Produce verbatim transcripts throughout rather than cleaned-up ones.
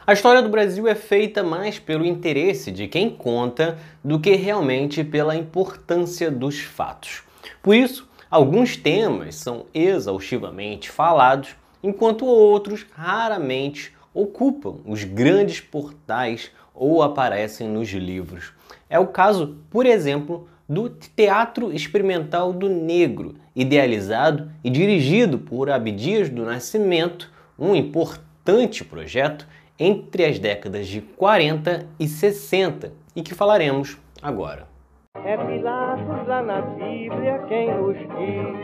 A história do Brasil é feita mais pelo interesse de quem conta do que realmente pela importância dos fatos. Por isso, alguns temas são exaustivamente falados, enquanto outros raramente ocupam os grandes portais ou aparecem nos livros. É o caso, por exemplo, do Teatro Experimental do Negro, idealizado e dirigido por Abdias do Nascimento, um importante projeto entre as décadas de quarenta e sessenta, e que falaremos agora. É Pilatos lá na Bíblia quem nos diz,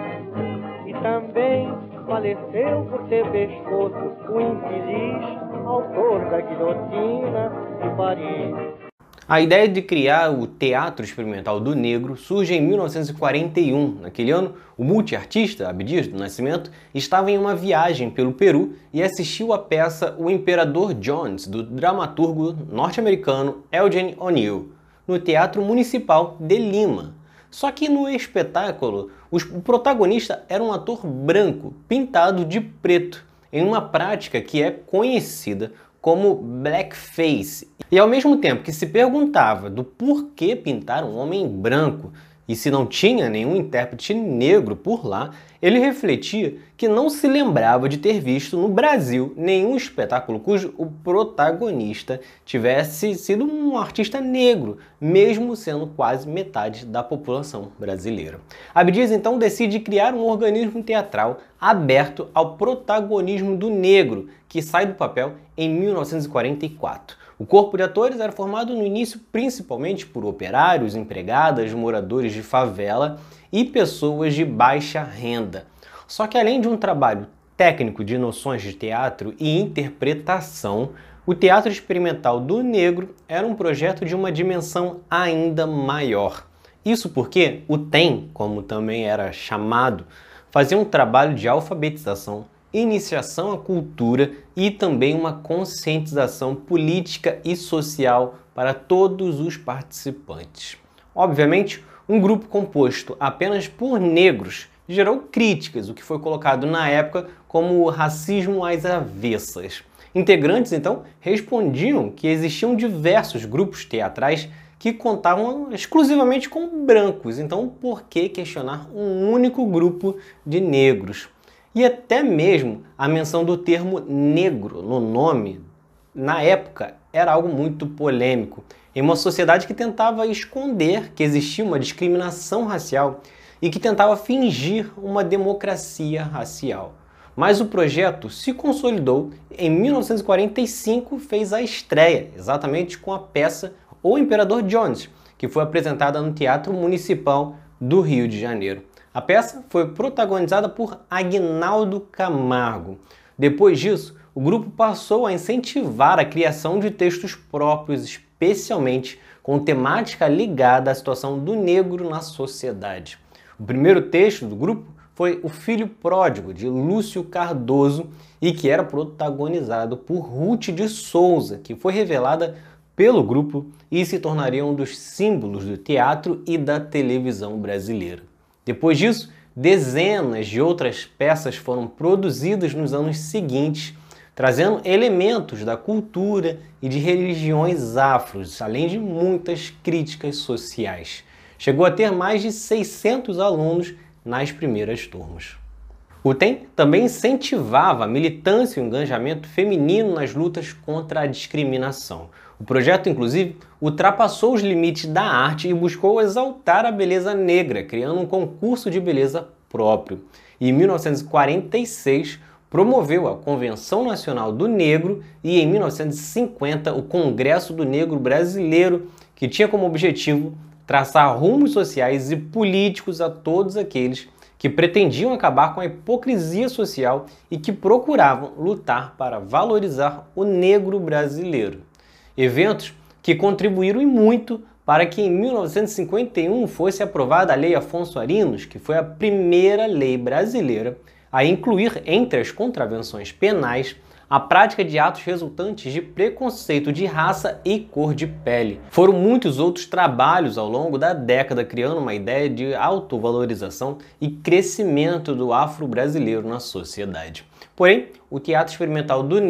e também faleceu por ter pescoço o infeliz autor da guilhotina de Paris. A ideia de criar o Teatro Experimental do Negro surge em mil novecentos e quarenta e um. Naquele ano, o multiartista Abdias do Nascimento estava em uma viagem pelo Peru e assistiu à peça O Imperador Jones, do dramaturgo norte-americano Eugene O'Neill, no Teatro Municipal de Lima. Só que no espetáculo, o protagonista era um ator branco, pintado de preto, em uma prática que é conhecida como blackface. E ao mesmo tempo que se perguntava do porquê pintar um homem branco e se não tinha nenhum intérprete negro por lá, ele refletia que não se lembrava de ter visto no Brasil nenhum espetáculo cujo o protagonista tivesse sido um artista negro, mesmo sendo quase metade da população brasileira. Abdias então decide criar um organismo teatral aberto ao protagonismo do negro, que sai do papel em mil novecentos e quarenta e quatro. O corpo de atores era formado no início principalmente por operários, empregadas, moradores de favela e pessoas de baixa renda. Só que além de um trabalho técnico de noções de teatro e interpretação, o Teatro Experimental do Negro era um projeto de uma dimensão ainda maior. Isso porque o T E M, como também era chamado, fazia um trabalho de alfabetização, iniciação à cultura e também uma conscientização política e social para todos os participantes. Obviamente, um grupo composto apenas por negros gerou críticas, o que foi colocado na época como racismo às avessas. Integrantes, então, respondiam que existiam diversos grupos teatrais que contavam exclusivamente com brancos, então por que questionar um único grupo de negros? E até mesmo a menção do termo negro no nome, na época, era algo muito polêmico, em uma sociedade que tentava esconder que existia uma discriminação racial e que tentava fingir uma democracia racial. Mas o projeto se consolidou em mil novecentos e quarenta e cinco, fez a estreia, exatamente com a peça O Imperador Jones, que foi apresentada no Teatro Municipal do Rio de Janeiro. A peça foi protagonizada por Aguinaldo Camargo. Depois disso, o grupo passou a incentivar a criação de textos próprios, especialmente com temática ligada à situação do negro na sociedade. O primeiro texto do grupo foi O Filho Pródigo, de Lúcio Cardoso, e que era protagonizado por Ruth de Souza, que foi revelada pelo grupo e se tornaria um dos símbolos do teatro e da televisão brasileira. Depois disso, dezenas de outras peças foram produzidas nos anos seguintes, trazendo elementos da cultura e de religiões afros, além de muitas críticas sociais. Chegou a ter mais de seiscentos alunos nas primeiras turmas. O T E M também incentivava a militância e o engajamento feminino nas lutas contra a discriminação. O projeto, inclusive, ultrapassou os limites da arte e buscou exaltar a beleza negra, criando um concurso de beleza próprio. E em mil novecentos e quarenta e seis, promoveu a Convenção Nacional do Negro e, em mil novecentos e cinquenta, o Congresso do Negro Brasileiro, que tinha como objetivo traçar rumos sociais e políticos a todos aqueles que pretendiam acabar com a hipocrisia social e que procuravam lutar para valorizar o negro brasileiro. Eventos que contribuíram e muito para que em mil novecentos e cinquenta e um fosse aprovada a Lei Afonso Arinos, que foi a primeira lei brasileira a incluir entre as contravenções penais a prática de atos resultantes de preconceito de raça e cor de pele. Foram muitos outros trabalhos ao longo da década criando uma ideia de autovalorização e crescimento do afro-brasileiro na sociedade. Porém, o Teatro Experimental do Negro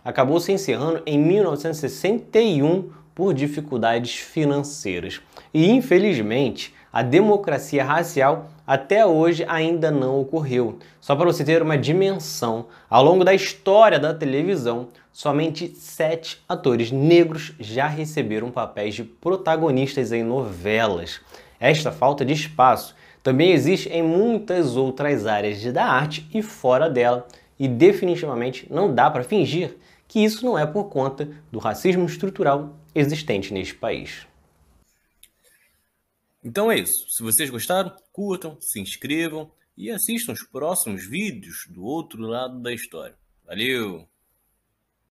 acabou se encerrando em mil novecentos e sessenta e um por dificuldades financeiras. E, infelizmente, a democracia racial até hoje ainda não ocorreu. Só para você ter uma dimensão, ao longo da história da televisão, somente sete atores negros já receberam papéis de protagonistas em novelas. Esta falta de espaço também existe em muitas outras áreas da arte e fora dela, e definitivamente não dá para fingir que isso não é por conta do racismo estrutural existente neste país. Então é isso. Se vocês gostaram, curtam, se inscrevam e assistam os próximos vídeos do outro lado da história. Valeu!